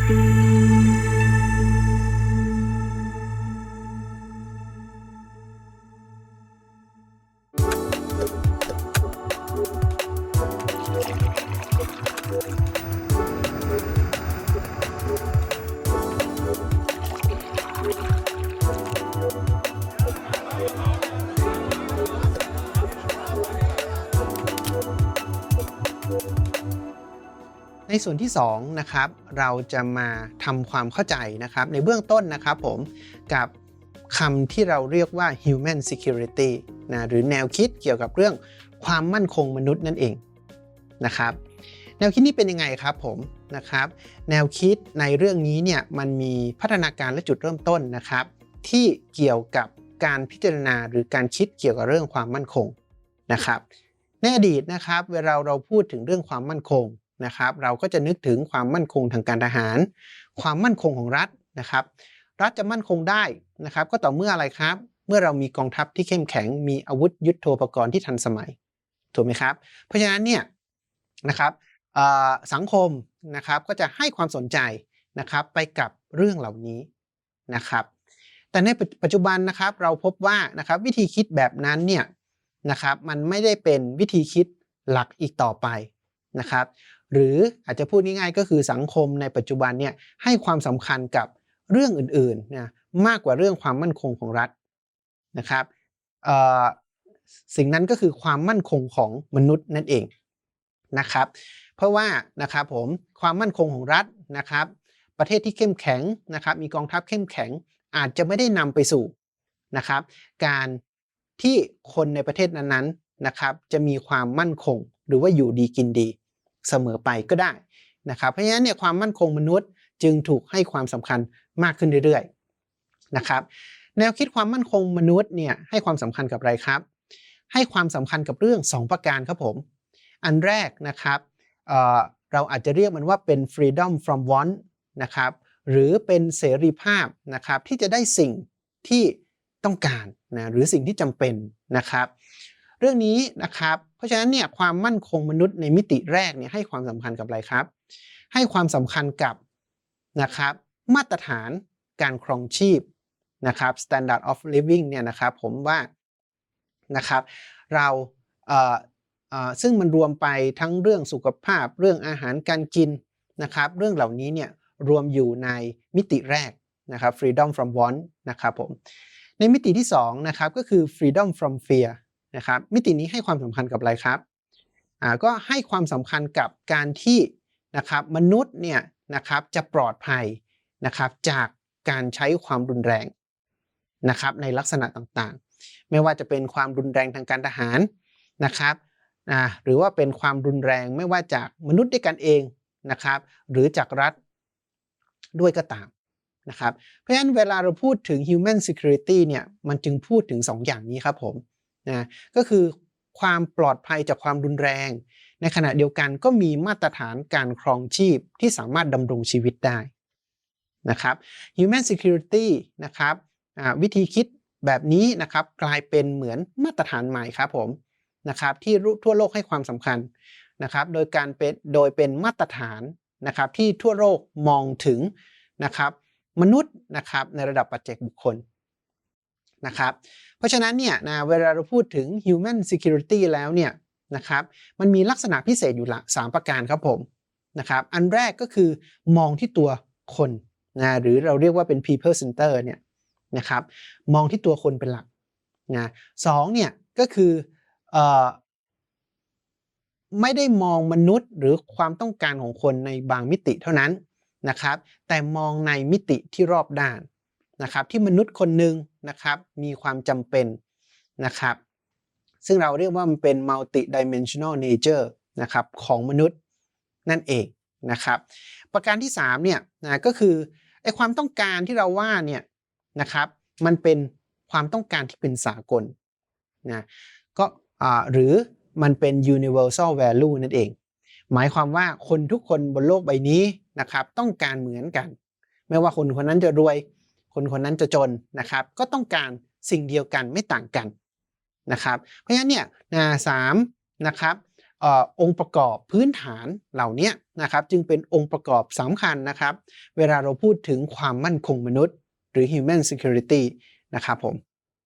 ในส่วนที่2นะครับเราจะมาทำความเข้าใจนะครับในเบื้องต้นนะครับผมกับคำที่เราเรียกว่า human security นะหรือแนวคิดเกี่ยวกับเรื่องความมั่นคงมนุษย์นั่นเองนะครับแนวคิดนี้เป็นยังไงครับผมนะครับแนวคิดในเรื่องนี้เนี่ยมันมีพัฒนาการและจุดเริ่มต้นนะครับที่เกี่ยวกับการพิจารณาหรือการคิดเกี่ยวกับเรื่องความมั่นคงนะครับในอดีตนะครับเวลาเราพูดถึงเรื่องความมั่นคงนะครับเราก็จะนึกถึงความมั่นคงทางการทหารความมั่นคงของรัฐนะครับรัฐจะมั่นคงได้นะครับก็ต่อเมื่ออะไรครับเมื่อเรามีกองทัพที่เข้มแข็งมีอาวุธยุทโธปกรณ์ที่ทันสมัยถูกไหมครับเพราะฉะนั้นเนี่ยนะครับสังคมนะครับก็จะให้ความสนใจนะครับไปกับเรื่องเหล่านี้นะครับแต่ในปัจจุบันนะครับเราพบว่านะครับวิธีคิดแบบนั้นเนี่ยนะครับมันไม่ได้เป็นวิธีคิดหลักอีกต่อไปนะครับหรืออาจจะพูดง่ายๆก็คือสังคมในปัจจุบันเนี่ยให้ความสำคัญกับเรื่องอื่นๆนะมากกว่าเรื่องความมั่นคงของรัฐนะครับสิ่งนั้นก็คือความมั่นคงของมนุษย์นั่นเองนะครับเพราะว่านะครับผมความมั่นคงของรัฐนะครับประเทศที่เข้มแข็งนะครับมีกองทัพเข้มแข็งอาจจะไม่ได้นำไปสู่นะครับการที่คนในประเทศนั้นๆนะครับจะมีความมั่นคงหรือว่าอยู่ดีกินดีเสมอไปก็ได้นะครับเพราะฉะนั้นเนี่ยความมั่นคงมนุษย์จึงถูกให้ความสำคัญมากขึ้นเรื่อยๆนะครับแนวคิดความมั่นคงมนุษย์เนี่ยให้ความสำคัญกับอะไรครับให้ความสำคัญกับเรื่อง2ประการครับผมอันแรกนะครับเราอาจจะเรียกมันว่าเป็น freedom from want นะครับหรือเป็นเสรีภาพนะครับที่จะได้สิ่งที่ต้องการนะหรือสิ่งที่จำเป็นนะครับเรื่องนี้นะครับเพราะฉะนั้นเนี่ยความมั่นคงมนุษย์ในมิติแรกเนี่ยให้ความสำคัญกับอะไรครับให้ความสำคัญกับนะครับมาตรฐานการครองชีพนะครับ standard of living เนี่ยนะครับผมว่านะครับเราซึ่งมันรวมไปทั้งเรื่องสุขภาพเรื่องอาหารการกินนะครับเรื่องเหล่านี้เนี่ยรวมอยู่ในมิติแรกนะครับ freedom from want นะครับผมในมิติที่2นะครับก็คือ freedom from fear นะครับมิตินี้ให้ความสำคัญกับอะไรครับก็ให้ความสำคัญกับการที่นะครับมนุษย์เนี่ยนะครับจะปลอดภัยนะครับจากการใช้ความรุนแรงนะครับในลักษณะต่างๆไม่ว่าจะเป็นความรุนแรงทางการทหารนะครับหรือว่าเป็นความรุนแรงไม่ว่าจากมนุษย์ด้วยกันเองนะครับหรือจากรัฐด้วยก็ตามนะครับเพราะฉะนั้นเวลาเราพูดถึง human security เนี่ยมันจึงพูดถึง2อย่างนี้ครับผมนะก็คือความปลอดภัยจากความรุนแรงในขณะเดียวกันก็มีมาตรฐานการครองชีพที่สามารถดำรงชีวิตได้นะครับ human security นะครับวิธีคิดแบบนี้นะครับกลายเป็นเหมือนมาตรฐานใหม่ครับผมนะครับที่ทั่วโลกให้ความสำคัญนะครับโดยเป็นมาตรฐานนะครับที่ทั่วโลกมองถึงนะครับมนุษย์นะครับในระดับปัจเจกบุคคลนะครับเพราะฉะนั้นเนี่ยเวลาเราพูดถึง human security แล้วเนี่ยนะครับมันมีลักษณะพิเศษอยู่3ประการครับผมนะครับอันแรกก็คือมองที่ตัวคนหรือเราเรียกว่าเป็น people center เนี่ยนะครับมองที่ตัวคนเป็นหลักนะ2เนี่ยก็คือไม่ได้มองมนุษย์หรือความต้องการของคนในบางมิติเท่านั้นนะครับแต่มองในมิติที่รอบด้านนะครับที่มนุษย์คนหนึ่งนะครับมีความจำเป็นนะครับซึ่งเราเรียกว่ามันเป็น multi dimensional nature นะครับของมนุษย์นั่นเองนะครับประการที่3เนี่ยก็คือไอ้ความต้องการที่เราว่าเนี่ยนะครับมันเป็นความต้องการที่เป็นสากลนะก็หรือมันเป็น universal value นั่นเองหมายความว่าคนทุกคนบนโลกใบนี้นะครับต้องการเหมือนกันไม่ว่าคนคนนั้นจะรวยคนคนนั้นจะจนนะครับก็ต้องการสิ่งเดียวกันไม่ต่างกันนะครับเพราะฉะนั้นเนี่ย3นะครับองค์ประกอบพื้นฐานเหล่านี้นะครับจึงเป็นองค์ประกอบสำคัญนะครับเวลาเราพูดถึงความมั่นคงมนุษย์หรือ human security นะครับผม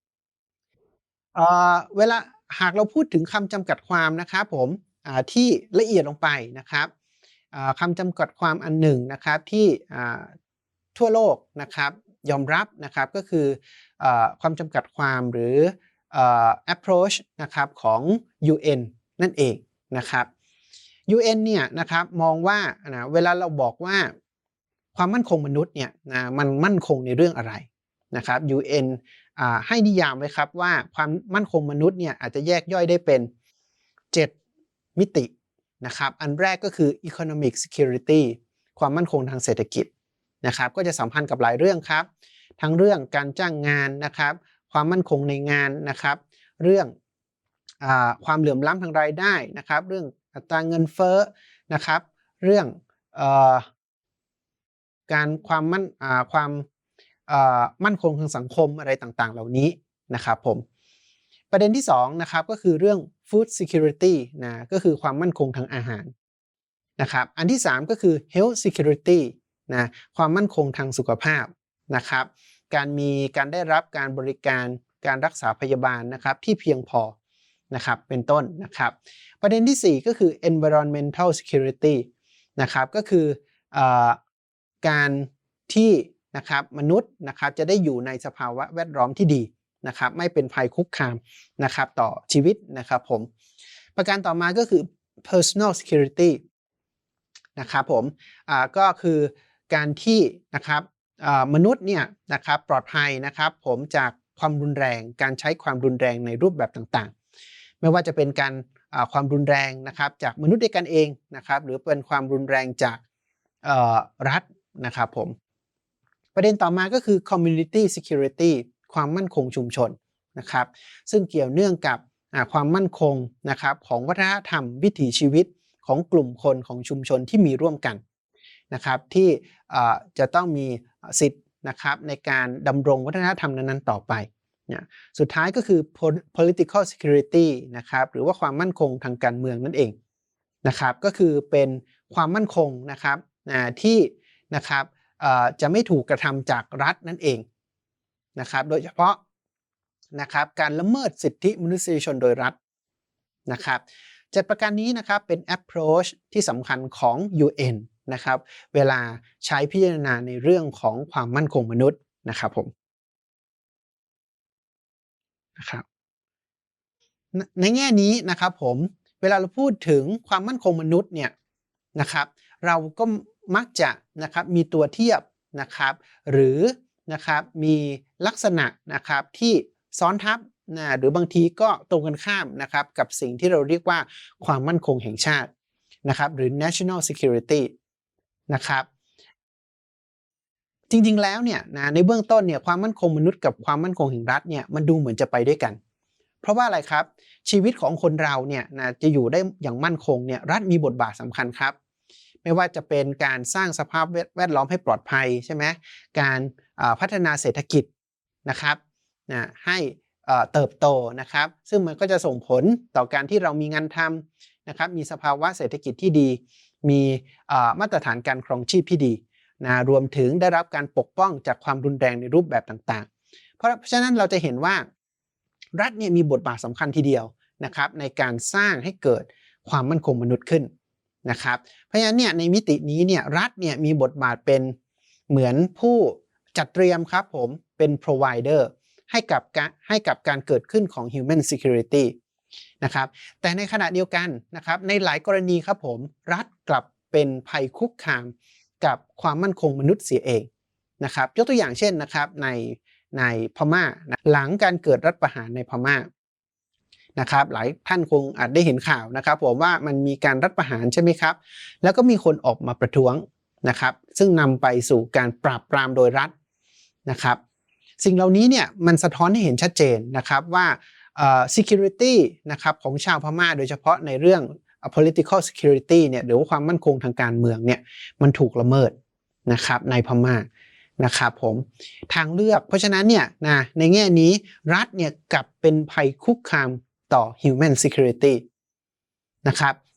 เวลาหากเราพูดถึงคำจำกัดความนะครับผมที่ละเอียดลงไปนะครับคำจำกัดความอันหนึ่งนะครับที่ทั่วโลกนะครับยอมรับนะครับก็คือความจำกัดความหรือapproach นะครับของ UN นั่นเองนะครับ UN เนี่ยนะครับมองว่าเวลาเราบอกว่าความมั่นคงมนุษย์เนี่ยมันมั่นคงในเรื่องอะไรนะครับ UN ให้นิยามไว้ครับว่าความมั่นคงมนุษย์เนี่ยอาจจะแยกย่อยได้เป็น7มิตินะครับอันแรกก็คือ economic security ความมั่นคงทางเศรษฐกิจนะครับก็จะสัมพันธ์กับหลายเรื่องครับทั้งเรื่องการจ้างงานนะครับความมั่นคงในงานนะครับเรื่องความเหลื่อมล้ำทางรายได้นะครับเรื่องอัตราเงินเฟ้อนะครับเรื่องความมั่นคงทางสังคมอะไรต่างๆเหล่านี้นะครับผมประเด็นที่2นะครับก็คือเรื่อง food security นะก็คือความมั่นคงทางอาหารนะครับอันที่3ก็คือ health security นะความมั่นคงทางสุขภาพนะครับการได้รับการบริการการรักษาพยาบาลนะครับที่เพียงพอนะครับเป็นต้นนะครับประเด็นที่4ก็คือ environmental security นะครับก็คือการที่นะครับมนุษย์นะครับจะได้อยู่ในสภาวะแวดล้อมที่ดีนะครับไม่เป็นภัยคุกคามนะครับต่อชีวิตนะครับผมประการต่อมาก็คือ personal security นะครับผมก็คือการที่นะครับมนุษย์เนี่ยนะครับปลอดภัยนะครับผมจากความรุนแรงการใช้ความรุนแรงในรูปแบบต่างๆไม่ว่าจะเป็นการความรุนแรงนะครับจากมนุษย์ด้วยกันเองนะครับหรือเป็นความรุนแรงจากรัฐนะครับผมประเด็นต่อมาก็คือ community security ความมั่นคงชุมชนนะครับซึ่งเกี่ยวเนื่องกับความมั่นคงนะครับของวัฒนธรรมวิถีชีวิตของกลุ่มคนของชุมชนที่มีร่วมกันนะครับที่จะต้องมีสิทธิ์นะครับในการดำรงวัฒนธรรมนั้นๆต่อไปนะสุดท้ายก็คือ political security นะครับหรือว่าความมั่นคงทางการเมืองนั่นเองนะครับก็คือเป็นความมั่นคงนะครับที่นะครับจะไม่ถูกกระทำจากรัฐนั่นเองนะครับโดยเฉพาะนะครับการละเมิดสิทธิมนุษยชนโดยรัฐนะครับ7ประการนี้นะครับเป็น approach ที่สำคัญของ UN นะครับเวลาใช้พิจารณาในเรื่องของความมั่นคงมนุษย์นะครับผมนะครับในแง่นี้นะครับผมเวลาเราพูดถึงความมั่นคงมนุษย์เนี่ยนะครับเราก็มักจะนะครับมีตัวเทียบนะครับหรือนะครับมีลักษณะนะครับที่ซ้อนทับหรือบางทีก็ตรงกันข้ามนะครับกับสิ่งที่เราเรียกว่าความมั่นคงแห่งชาตินะครับหรือ national security นะครับจริงๆแล้วเนี่ยในเบื้องต้นเนี่ยความมั่นคงมนุษย์กับความมั่นคงแห่งรัฐเนี่ยมันดูเหมือนจะไปด้วยกันเพราะว่าอะไรครับชีวิตของคนเราเนี่ยจะอยู่ได้อย่างมั่นคงเนี่ยรัฐมีบทบาทสำคัญครับไม่ว่าจะเป็นการสร้างสภาพแวดล้อมให้ปลอดภัยใช่ไหมการพัฒนาเศรษฐกิจนะครับให้เติบโตนะครับซึ่งมันก็จะส่งผลต่อการที่เรามีงานทำนะครับมีสภาวะเศรษฐกิจที่ดีมีมาตรฐานการครองชีพที่ดีรวมถึงได้รับการปกป้องจากความรุนแรงในรูปแบบต่างๆเพราะฉะนั้นเราจะเห็นว่ารัฐเนี่ยมีบทบาทสำคัญทีเดียวนะครับในการสร้างให้เกิดความมั่นคงมนุษย์ขึ้นนะครับเพราะฉะนั้นเนี่ยในมิตินี้เนี่ยรัฐเนี่ยมีบทบาทเป็นเหมือนผู้จัดเตรียมครับผมเป็น provider ให้กับการเกิดขึ้นของ human security นะครับแต่ในขณะเดียวกันนะครับในหลายกรณีครับผมรัฐกลับเป็นภัยคุกคามกับความมั่นคงมนุษย์เสียเองนะครับยกตัวอย่างเช่นนะครับในพม่าหลังการเกิดรัฐประหารในพม่านะครับหลายท่านคงอาจได้เห็นข่าวนะครับผมว่ามันมีการรัฐประหารใช่ไหมครับแล้วก็มีคนออกมาประท้วงนะครับซึ่งนำไปสู่การปราบปรามโดยรัฐนะครับสิ่งเหล่านี้เนี่ยมันสะท้อนให้เห็นชัดเจนนะครับว่าsecurity นะครับของชาวพม่าโดยเฉพาะในเรื่อง political security เนี่ยหรือว่าความมั่นคงทางการเมืองเนี่ยมันถูกละเมิดนะครับในพม่านะครับผมทางเลือกเพราะฉะนั้นเนี่ยในแง่นี้รัฐเนี่ยกลับเป็นภัยคุกคามต่อ human security นะครับ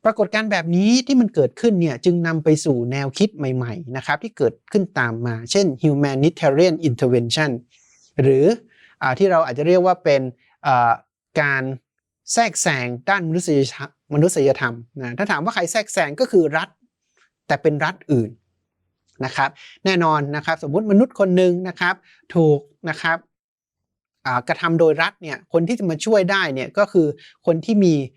ปรากฏการณ์แบบนี้ที่มันเกิดขึ้นเนี่ยจึงนำไปสู่แนวคิดใหม่ๆนะครับที่เกิดขึ้นตามมาเช่น humanitarian intervention หรือที่เราอาจจะเรียกว่าเป็นการแทรกแซงด้านมนุษยธรรมนะถ้าถามว่าใครแทรกแซงก็คือรัฐแต่เป็นรัฐอื่นนะครับแน่นอนนะครับสมมุติมนุษย์คนหนึ่งนะครับถูกนะครับกระทำโดยรัฐเนี่ยคนที่จะมาช่วยได้เนี่ยก็คือคนที่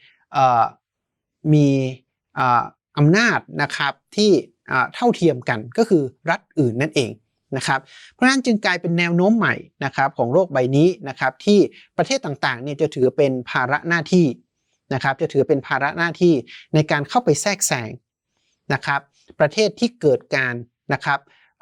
มีอำนาจนะครับที่เท่าเทียมกันก็คือรัฐอื่นนั่นเองนะครับเพราะฉะนั้นจึงกลายเป็นแนวโน้มใหม่นะครับของโลกใบนี้นะครับที่ประเทศต่างๆเนี่ยจะถือเป็นภาระหน้าที่นะครับจะถือเป็นภาระหน้าที่ในการเข้าไปแทรกแซงนะครับประเทศที่เกิดการนะครับ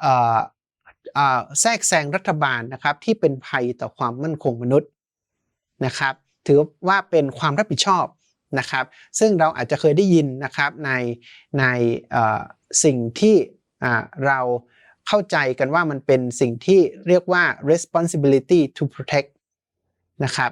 แทรกแซงรัฐบาลนะครับที่เป็นภัยต่อความมั่นคงมนุษย์นะครับถือว่าเป็นความรับผิดชอบนะครับซึ่งเราอาจจะเคยได้ยินนะครับในสิ่งที่เราเข้าใจกันว่ามันเป็นสิ่งที่เรียกว่า responsibility to protect นะครับ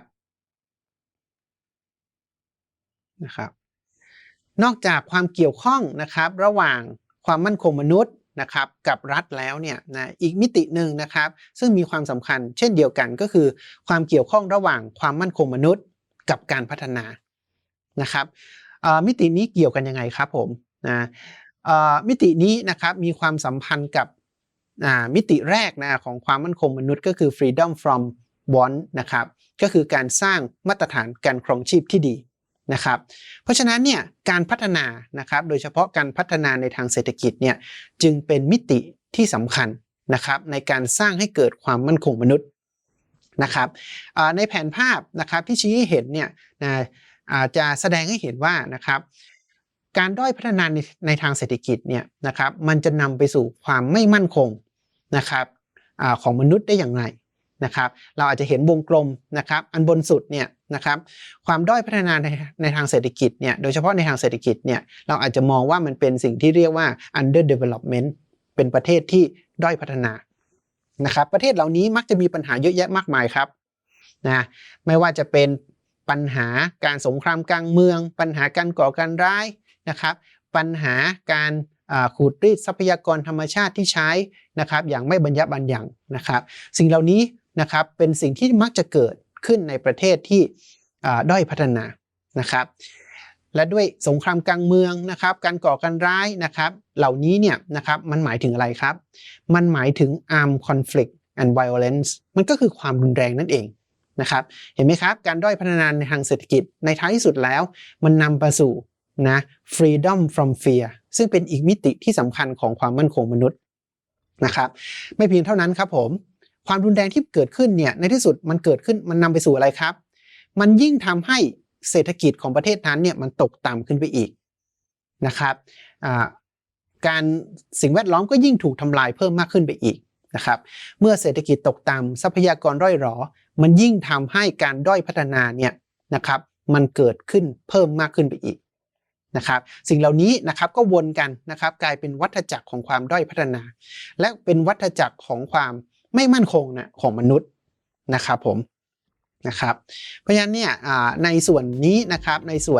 นอกจากความเกี่ยวข้องนะครับระหว่างความมั่นคงมนุษย์นะครับกับรัฐแล้วเนี่ยอีกมิติหนึ่งนะครับซึ่งมีความสำคัญเช่นเดียวกันก็คือความเกี่ยวข้องระหว่างความมั่นคงมนุษย์กับการพัฒนานะครับมิตินี้เกี่ยวกันยังไงครับผมมิตินี้นะครับมีความสัมพันธ์กับมิติแรกนะของความมั่นคงมนุษย์ก็คือ freedom from want นะครับก็คือการสร้างมาตรฐานการครองชีพที่ดีนะครับเพราะฉะนั้นเนี่ยการพัฒนานะครับโดยเฉพาะการพัฒนาในทางเศรษฐกิจเนี่ยจึงเป็นมิติที่สำคัญนะครับในการสร้างให้เกิดความมั่นคงมนุษย์นะครับในแผนภาพนะครับที่ชี้ให้เห็นเนี่ยจะแสดงให้เห็นว่านะครับการด้อยพัฒนาในทางเศรษฐกิจเนี่ยนะครับมันจะนำไปสู่ความไม่มั่นคงนะครับของมนุษย์ได้อย่างไรนะครับเราอาจจะเห็นวงกลมนะครับอันบนสุดเนี่ยนะครับความด้อยพัฒนาในทางเศรษฐกิจเนี่ยโดยเฉพาะในทางเศรษฐกิจเนี่ยเราอาจจะมองว่ามันเป็นสิ่งที่เรียกว่า under development เป็นประเทศที่ด้อยพัฒนานะครับประเทศเหล่านี้มักจะมีปัญหาเยอะแยะมากมายครับนะไม่ว่าจะเป็นปัญหาการสงครามกลางเมืองปัญหาการก่อการร้ายนะครับปัญหาการขูดรีดทรัพยากรธรรมชาติที่ใช้นะครับอย่างไม่บรรยะบรรยังนะครับสิ่งเหล่านี้นะครับเป็นสิ่งที่มักจะเกิดขึ้นในประเทศที่ด้อยพัฒนานะครับและด้วยสงครามกลางเมืองนะครับการก่อการร้ายนะครับเหล่านี้เนี่ยนะครับมันหมายถึงอะไรครับมันหมายถึง armed conflict and violence มันก็คือความรุนแรงนั่นเองนะครับเห็นไหมครับการด้อยพัฒนาในทางเศรษฐกิจในท้ายที่สุดแล้วมันนำไปสู่นะ freedom from fear ซึ่งเป็นอีกมิติที่สำคัญของความมั่นคงมนุษย์นะครับไม่เพียงเท่านั้นครับผมความรุนแรงที่เกิดขึ้นเนี่ยในที่สุดมันเกิดขึ้นมันนำไปสู่อะไรครับมันยิ่งทำให้เศรษฐกิจของประเทศนั้นเนี่ยมันตกต่ำขึ้นไปอีกนะครับการสิ่งแวดล้อมก็ยิ่งถูกทำลายเพิ่มมากขึ้นไปอีกนะครับเมื่อเศรษฐกิจตกต่ำทรัพยากรร่อยหรอมันยิ่งทำให้การด้อยพัฒนาเนี่ยนะครับมันเกิดขึ้นเพิ่มมากขึ้นไปอีกนะครับสิ่งเหล่านี้นะครับก็วนกันนะครับกลายเป็นวัฏจักรของความด้อยพัฒนาและเป็นวัฏจักรของความไม่มั่นคงนะของมนุษย์นะครับผมนะครับเพราะฉะนั้นเนี่ยในส่วนนี้นะครับในส่วน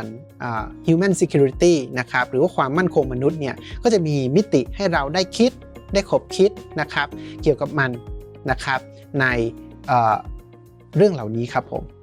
human security นะครับหรือว่าความมั่นคงมนุษย์เนี่ยก็จะมีมิติให้เราได้คิดได้ขบคิดนะครับเกี่ยวกับมันนะครับในเรื่องเหล่านี้ครับผม